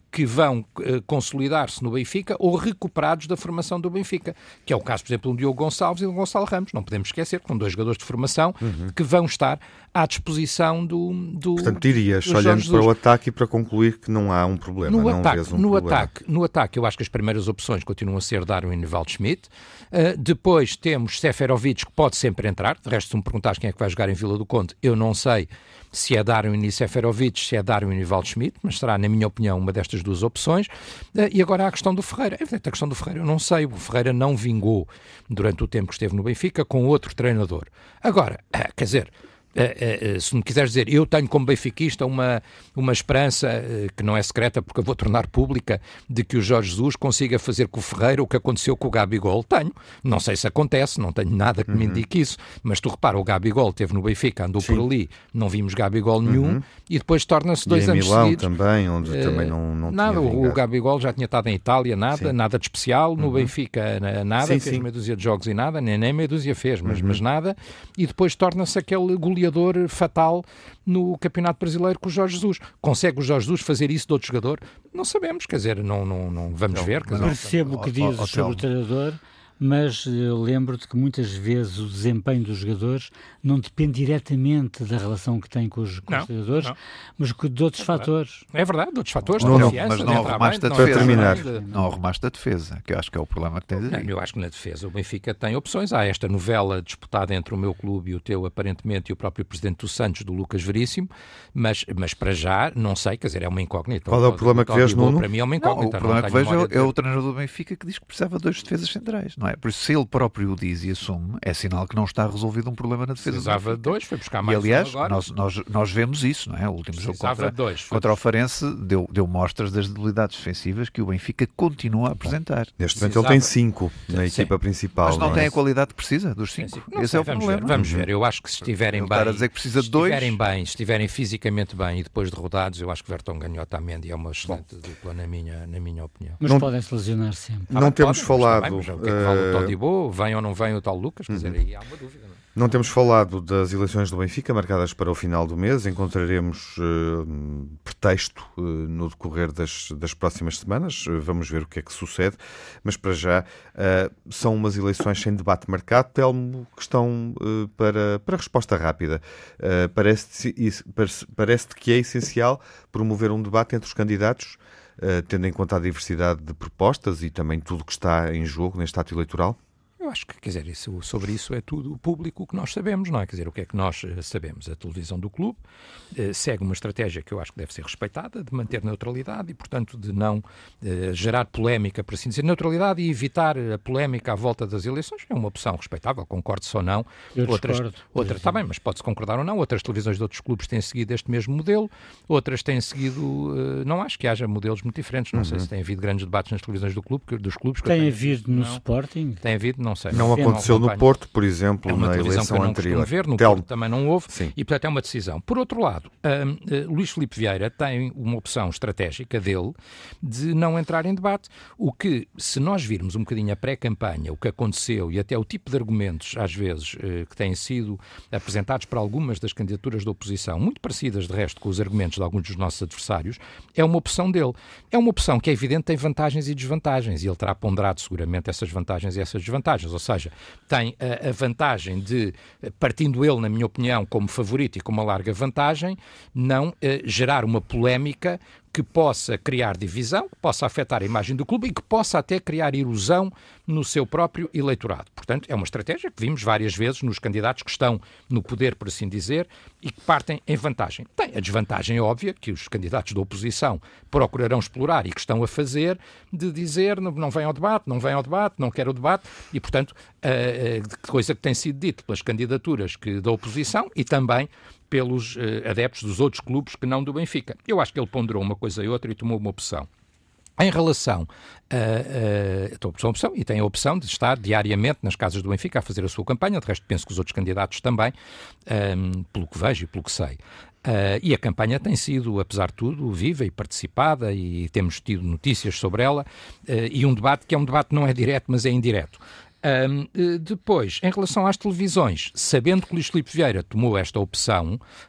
que vão uh, consolidar-se no Benfica ou recuperados da formação do Benfica, que é o caso, por exemplo, do Diogo Gonçalves e do Gonçalo Ramos. Não podemos esquecer que são dois jogadores de formação uhum. que vão estar à disposição do... do Portanto, dirias, olhando para o ataque e para concluir que não há um problema. No, não ataque, vês um no, problema. ataque, no ataque, eu acho que as primeiras opções continuam a ser Darwin e Waldschmidt. Uh, depois temos Seferovic, que pode sempre entrar. De resto, se me perguntares quem é que vai jogar em Vila do Conde, eu não sei se é Darwin e Seferovic, se é Darwin e Waldschmidt, mas será, na minha opinião, uma destas duas opções. Uh, e agora há a questão do Ferreira. É evidente, a questão do Ferreira, eu não sei. O Ferreira não vingou durante o tempo que esteve no Benfica com outro treinador. Agora, uh, quer dizer... Uh, uh, se me quiseres dizer, eu tenho como benfiquista uma, uma esperança uh, que não é secreta porque eu vou tornar pública, de que o Jorge Jesus consiga fazer com o Ferreira o que aconteceu com o Gabigol. Tenho, não sei se acontece, não tenho nada que uhum. me indique isso, mas tu repara, o Gabigol esteve no Benfica, andou Sim. por ali, não vimos Gabigol nenhum, uhum. e depois torna-se dois e anos Milão seguidos. Também, onde uh, também não, não nada, tinha o, o Gabigol já tinha estado em Itália, nada, sim. nada de especial, no uhum. Benfica nada, sim, fez sim. meia dúzia de jogos e nada, nem, nem meia dúzia fez, mas, uhum. mas nada, e depois torna-se aquele goleador fatal no Campeonato Brasileiro com o Jorge Jesus. Consegue o Jorge Jesus fazer isso de outro jogador? Não sabemos, quer dizer, não, não, não vamos não, ver. Quer dizer, percebo o que dizes oh, sobre o treinador, mas eu lembro-te que muitas vezes o desempenho dos jogadores não depende diretamente da relação que têm com os, com não, os treinadores, não. mas de outros é fatores. É verdade, de outros fatores. Não, não, mas não arrumaste a defesa. Para terminar. Não arrumaste a defesa, que eu acho que é o problema que tens aí. Eu acho que na defesa o Benfica tem opções. Há esta novela disputada entre o meu clube e o teu, aparentemente, e o próprio presidente do Santos, do Lucas Veríssimo, mas, mas para já, não sei, quer dizer, é uma incógnita. Qual é o problema que vês, Nuno? Para mim é uma incógnita. Não, o problema que vejo é, é o treinador do Benfica que diz que precisava de dois defesas centrais, não é? Por isso, se ele próprio o diz e assume, é sinal que não está resolvido um problema na defesa. Precisava de dois, foi buscar mais. E aliás, um agora. Nós, nós, nós vemos isso, não é? O último jogo contra, dois, contra o Farense deu, deu mostras das debilidades defensivas que o Benfica continua a apresentar. Neste momento ele tem cinco na Sim. equipa principal. Mas não, não tem é? a qualidade que precisa dos cinco. Não Esse sei, é o vamos problema. Ver, vamos ver. Eu acho que se estiverem ele bem, a dizer que precisa de se dois. estiverem bem, se estiverem fisicamente bem e depois derrotados, eu acho que Vertonghen Ganhota Mendy é uma excelente Bom. dupla na minha, na minha opinião. Mas não, podem se lesionar sempre. Não ah, temos podem, falado. Bem, mas o que é que vale o Todibo? Vem ou não vem o tal Lucas? Quer dizer, aí há uma dúvida. Não é? Não temos falado das eleições do Benfica, marcadas para o final do mês. Encontraremos uh, pretexto uh, no decorrer das, das próximas semanas. Uh, vamos ver o que é que sucede. Mas, para já, uh, são umas eleições sem debate marcado. Telmo, questão uh, para, para resposta rápida. Uh, parece-te, parece-te que é essencial promover um debate entre os candidatos, uh, tendo em conta a diversidade de propostas e também tudo o que está em jogo neste ato eleitoral? Eu acho que, quer dizer, isso, sobre isso é tudo público o que nós sabemos, não é? Quer dizer, o que é que nós uh, sabemos? A televisão do clube uh, segue uma estratégia que eu acho que deve ser respeitada, de manter neutralidade e, portanto, de não uh, gerar polémica, por assim dizer. Neutralidade e evitar a polémica à volta das eleições é uma opção respeitável, concordo-se ou não. Eu outras, discordo. outras, está bem, mas pode-se concordar ou não. Outras televisões de outros clubes têm seguido este mesmo modelo, outras têm seguido... Uh, não acho que haja modelos muito diferentes. Não uhum. sei se tem havido grandes debates nas televisões do clube, dos clubes. Que tem havido no não. Sporting? Tem havido, não sei. Não aconteceu no Porto, por exemplo, é uma na eleição que eu não anterior. Ver, no Telmo. Porto também não houve, Sim. E portanto é uma decisão. Por outro lado, um, uh, Luís Filipe Vieira tem uma opção estratégica dele de não entrar em debate, o que, se nós virmos um bocadinho a pré-campanha, o que aconteceu e até o tipo de argumentos, às vezes, uh, que têm sido apresentados por algumas das candidaturas da oposição, muito parecidas, de resto, com os argumentos de alguns dos nossos adversários, é uma opção dele. É uma opção que, é evidente, tem vantagens e desvantagens, e ele terá ponderado seguramente essas vantagens e essas desvantagens, ou seja, tem a, a vantagem de, partindo ele, na minha opinião, como favorito e com uma larga vantagem, não eh, gerar uma polémica que possa criar divisão, que possa afetar a imagem do clube e que possa até criar erosão no seu próprio eleitorado. Portanto, é uma estratégia que vimos várias vezes nos candidatos que estão no poder, por assim dizer, e que partem em vantagem. Tem a desvantagem óbvia, que os candidatos da oposição procurarão explorar e que estão a fazer, de dizer não, não vem ao debate, não vem ao debate, não quer o debate, e, portanto, a coisa que tem sido dita pelas candidaturas que, da oposição e também pelos uh, adeptos dos outros clubes que não do Benfica. Eu acho que ele ponderou uma coisa e outra e tomou uma opção. Em relação a, a, a opção, e tem a opção de estar diariamente nas casas do Benfica a fazer a sua campanha, de resto penso que os outros candidatos também, um, pelo que vejo e pelo que sei. Uh, e a campanha tem sido, apesar de tudo, viva e participada e temos tido notícias sobre ela, uh, e um debate que é um debate não é direto, mas é indireto. Um, depois, em relação às televisões, sabendo que Luís Filipe Vieira tomou esta opção,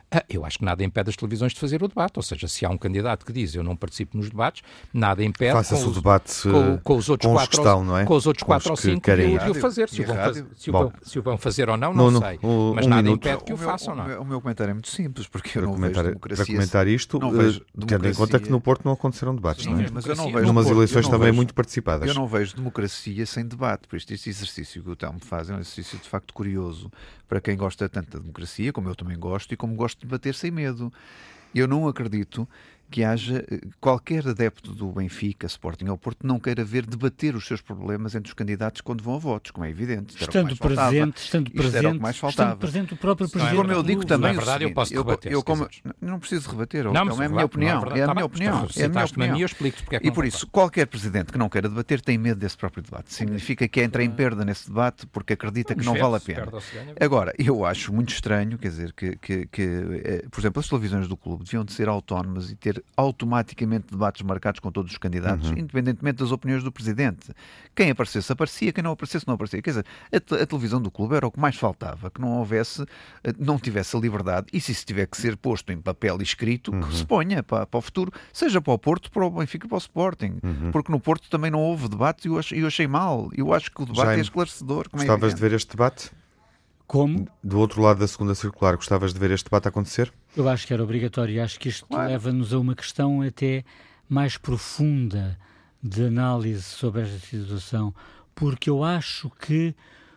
Ah, eu acho que nada impede as televisões de fazer o debate, ou seja, se há um candidato que diz eu não participo nos debates, nada impede faça-se com o debate com, com os outros com quatro, estão, não é? com os outros com quatro os ou cinco querem de o fazer. Se o, vão faz, se, o vão, se o vão fazer ou não, não, não sei. O, mas um nada minuto. impede que o, o façam, meu, não é? O meu comentário é muito simples, porque eu para não comentar, vejo democracia... Para comentar isto, não vejo tendo em conta que no Porto não aconteceram debates, Sim, não é? Mas eu não vejo... Numas Porto, eleições não também vejo, muito participadas. Eu não vejo democracia sem debate, por isto este exercício que o Telmo faz é um exercício de facto curioso para quem gosta tanto da democracia, como eu também gosto, e como gosto de debater sem medo. Eu não acredito que haja qualquer adepto do Benfica, Sporting ou Porto não queira ver debater os seus problemas entre os candidatos quando vão a votos, como é evidente. Estando presente, estando presente, mais faltava. estando presente o próprio Presidente. É como eu digo também, na verdade, seguinte, eu posso eu, rebater. Eu, como, não preciso rebater, não, então, é a minha opinião. É a minha opinião. É a minha opinião. Eu explico porque é que e por isso, qualquer presidente que não queira debater tem medo desse próprio debate. Significa que entra em perda nesse debate porque acredita que não vale a pena. Agora, eu acho muito estranho, quer dizer, que, que, que por exemplo, as televisões do clube deviam de ser autónomas e ter automaticamente debates marcados com todos os candidatos, uhum. independentemente das opiniões do Presidente. Quem aparecesse, aparecia, quem não aparecesse, não aparecia. Quer dizer, a, te- a televisão do clube era o que mais faltava, que não houvesse, não tivesse a liberdade, e se isso tiver que ser posto em papel e escrito, uhum. que se ponha para, para o futuro, seja para o Porto, para o Benfica, para o Sporting. Uhum. Porque no Porto também não houve debate e eu, eu achei mal. Eu acho que o debate Jaime, é esclarecedor. Como gostavas é de ver este debate? Como? Do outro lado da segunda circular, gostavas de ver este debate acontecer? Eu acho que era obrigatório. Acho que isto claro. leva-nos a uma questão até mais profunda de análise sobre esta situação, porque eu acho que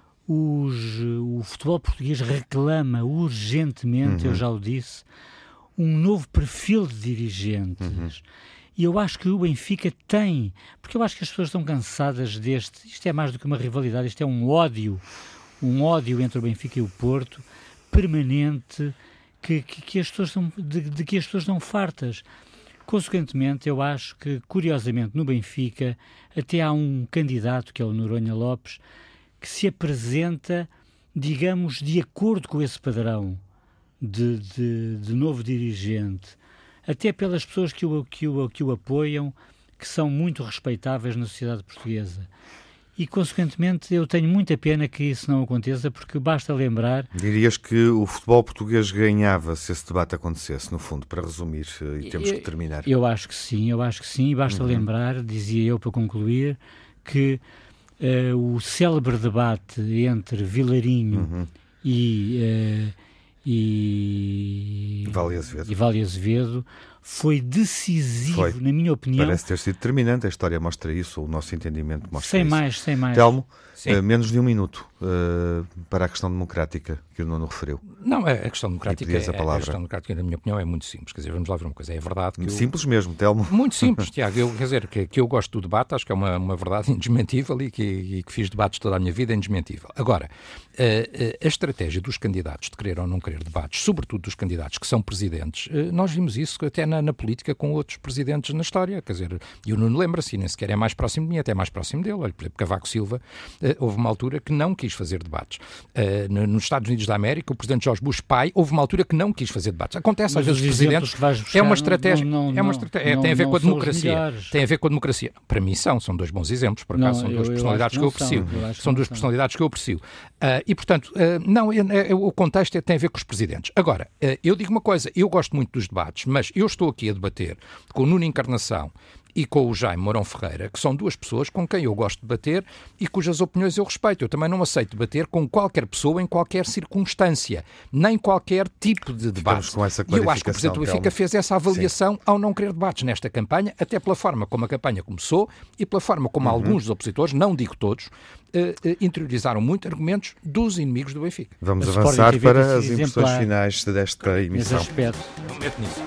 os, o futebol português reclama urgentemente, uhum. eu já o disse, um novo perfil de dirigentes. Uhum. E eu acho que o Benfica tem, porque eu acho que as pessoas estão cansadas deste, isto é mais do que uma rivalidade, isto é um ódio, um ódio entre o Benfica e o Porto, permanente, que, que, que as pessoas estão, de, de que as pessoas estão fartas. Consequentemente, eu acho que, curiosamente, no Benfica, até há um candidato, que é o Noronha Lopes, que se apresenta, digamos, de acordo com esse padrão de, de, de novo dirigente, até pelas pessoas que o, que, o, que o apoiam, que são muito respeitáveis na sociedade portuguesa. E, consequentemente, eu tenho muita pena que isso não aconteça, porque basta lembrar... Dirias que o futebol português ganhava se esse debate acontecesse, no fundo, para resumir, e temos que terminar. Eu acho que sim, eu acho que sim, e basta uhum. lembrar, dizia eu para concluir, que uh, o célebre debate entre Vilarinho uhum. e, uh, e... Vale Azevedo. e Vale Azevedo foi decisivo, foi. na minha opinião. Parece ter sido determinante, a história mostra isso, o nosso entendimento mostra sem isso. Sem mais, sem mais. Telmo, uh, menos de um minuto uh, para a questão democrática que o Nuno referiu. Não, a questão democrática, é, a, a questão democrática, na minha opinião, é muito simples. Quer dizer, vamos lá ver uma coisa, é verdade que eu... Simples mesmo, Telmo. Muito simples, Tiago. Eu, quer dizer, que, que eu gosto do debate, acho que é uma, uma verdade indesmentível e que, e que fiz debates toda a minha vida, é indesmentível. Agora, a, a, a estratégia dos candidatos de querer ou não querer debates, sobretudo dos candidatos que são presidentes, nós vimos isso até na, na política com outros presidentes na história, quer dizer, e o Nuno lembra-se, nem sequer é mais próximo de mim, até mais próximo dele. Olha, por exemplo, Cavaco Silva, houve uma altura que não quis fazer debates. Nos Estados Unidos da América, o presidente George Bush pai, houve uma altura que não quis fazer debates. Acontece às vezes os presidentes, é uma estratégia, não, não, é uma estratégia, não, tem a ver não com a democracia. Tem a ver com a democracia. Para mim são, são dois bons exemplos, por acaso, não, são duas eu, personalidades eu que eu aprecio. São, eu são duas são. personalidades que eu aprecio. Uh, e, portanto, uh, não, é, é, o contexto é, tem a ver com os presidentes. Agora, uh, eu digo uma coisa, eu gosto muito dos debates, mas eu estou aqui a debater com o Nuno Encarnação e com o Jaime Mourão Ferreira, que são duas pessoas com quem eu gosto de debater e cujas opiniões eu respeito. Eu também não aceito debater com qualquer pessoa em qualquer circunstância, nem qualquer tipo de debate. Com essa e eu acho que o Presidente do Benfica fez essa avaliação Sim. ao não querer debates nesta campanha, até pela forma como a campanha começou e pela forma como uhum. alguns dos opositores, não digo todos, uh, uh, interiorizaram muito argumentos dos inimigos do Benfica. Vamos Mas avançar para as impressões finais desta emissão. Nesse aspecto. Não meto nisso.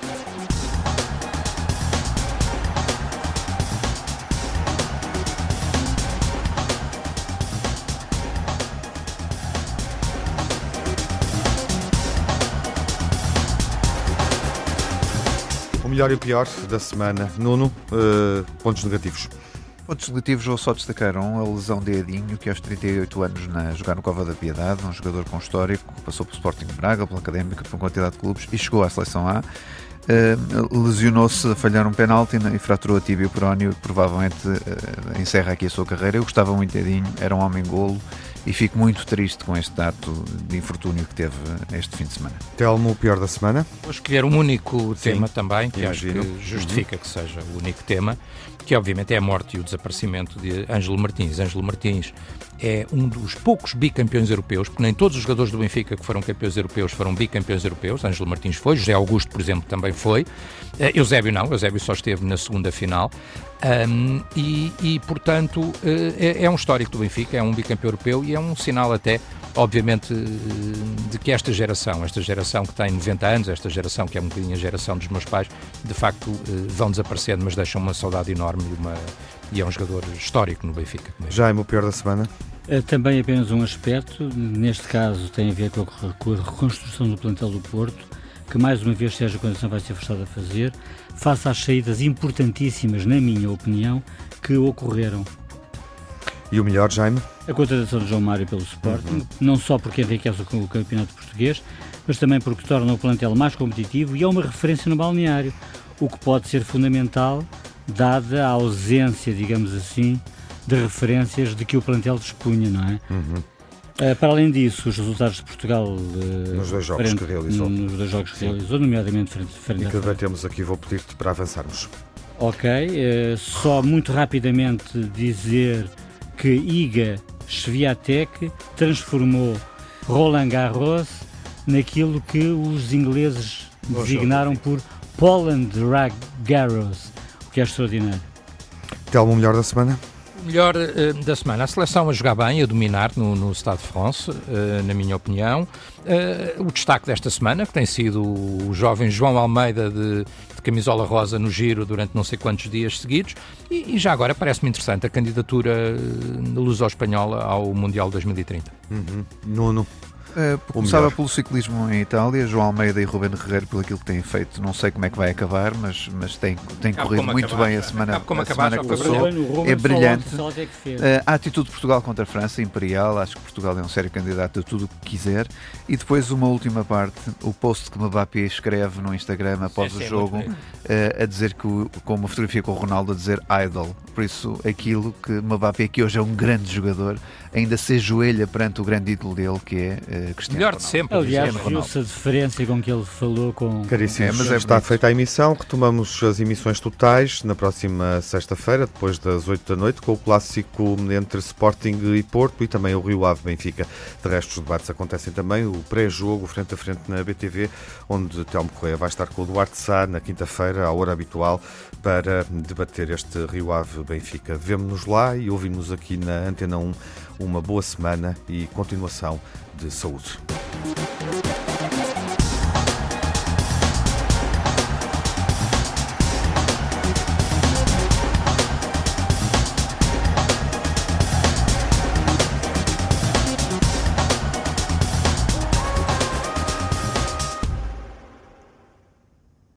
O melhor e o pior da semana. Nuno, uh, pontos negativos. Pontos negativos, vou só destacar um, a lesão de Edinho, que aos trinta e oito anos na, jogar no Cova da Piedade, um jogador com histórico, passou pelo Sporting de Braga, pela Académica, por uma quantidade de clubes e chegou à Seleção A. Uh, lesionou-se a falhar um penalti e fraturou a tíbia e o perónio, provavelmente uh, encerra aqui a sua carreira. Eu gostava muito de Edinho, era um homem golo e fico muito triste com este ato de infortúnio que teve este fim de semana. Telmo, o pior da semana? Vou escolher um único Sim, tema também, que imagino. acho que justifica uhum. que seja o único tema, que obviamente é a morte e o desaparecimento de Ângelo Martins. Ângelo Martins é um dos poucos bicampeões europeus, porque nem todos os jogadores do Benfica que foram campeões europeus foram bicampeões europeus. Ângelo Martins foi, José Augusto, por exemplo, também foi. Uh, Eusébio não, Eusébio só esteve na segunda final. Um, e, e, portanto, uh, é, é um histórico do Benfica, é um bicampeão europeu e é um sinal até, obviamente, uh, de que esta geração, esta geração que tem noventa anos, esta geração que é um bocadinho a geração dos meus pais, de facto uh, vão desaparecendo, mas deixam uma saudade enorme e, uma, e é um jogador histórico no Benfica. Jaime, o pior da semana? Também apenas um aspecto, neste caso tem a ver com a, com a reconstrução do plantel do Porto, que mais uma vez Sérgio Conceição vai ser forçado a fazer, face às saídas importantíssimas, na minha opinião, que ocorreram. E o melhor, Jaime? A contratação de João Mário pelo Sporting, uhum. não só porque enriquece o campeonato português, mas também porque torna o plantel mais competitivo e é uma referência no balneário, o que pode ser fundamental, dada a ausência, digamos assim, de referências de que o plantel dispunha, não é? Uhum. Uh, para além disso, os resultados de Portugal uh, nos dois jogos frente, que realizou, nos dois jogos que realizou, nomeadamente frente, frente e que debatemos aqui, vou pedir-te para avançarmos. Ok, uh, só muito rapidamente dizer que Iga Swiatek transformou Roland Garros naquilo que os ingleses Bom designaram jogo. por Poland Rag Garros, o que é extraordinário. Telmo, o melhor da semana? Melhor uh, da semana, a seleção a jogar bem, a dominar no, no Stade de France, uh, na minha opinião. Uh, o destaque desta semana, que tem sido o jovem João Almeida de, de camisola rosa no Giro durante não sei quantos dias seguidos. E, e já agora parece-me interessante a candidatura uh, luso-espanhola ao Mundial dois mil e trinta. Uhum. Nuno. Uh, começava pelo ciclismo em Itália, João Almeida e Ruben Guerreiro, pelo aquilo que têm feito. Não sei como é que vai acabar, mas, mas tem, tem corrido muito acabar, bem a semana, a acabar, semana que passou. É brilhante. Uh, a atitude de Portugal contra a França, imperial. Acho que Portugal é um sério candidato a tudo o que quiser. E depois uma última parte, o post que Mbappé escreve no Instagram após sim, o sim, jogo, uh, a dizer que, o, com uma fotografia com o Ronaldo, a dizer idol. Por isso, aquilo que Mbappé, que hoje é um grande jogador, ainda se ajoelha perante o grande ídolo dele, que é uh, Cristiano Melhor Ronaldo. de sempre. Aliás, viu-se a diferença com que ele falou com... Caríssimo, é, mas é está feita a emissão. Retomamos as emissões totais na próxima sexta-feira, depois das oito da noite, com o clássico entre Sporting e Porto e também o Rio Ave Benfica. De resto, os debates acontecem também, o pré-jogo, frente a frente na B T V, onde Telmo Correia vai estar com o Duarte Sá na quinta-feira, à hora habitual, para debater este Rio Ave Benfica. Vemo-nos lá e ouvimos aqui na Antena um. Uma boa semana e continuação de saúde.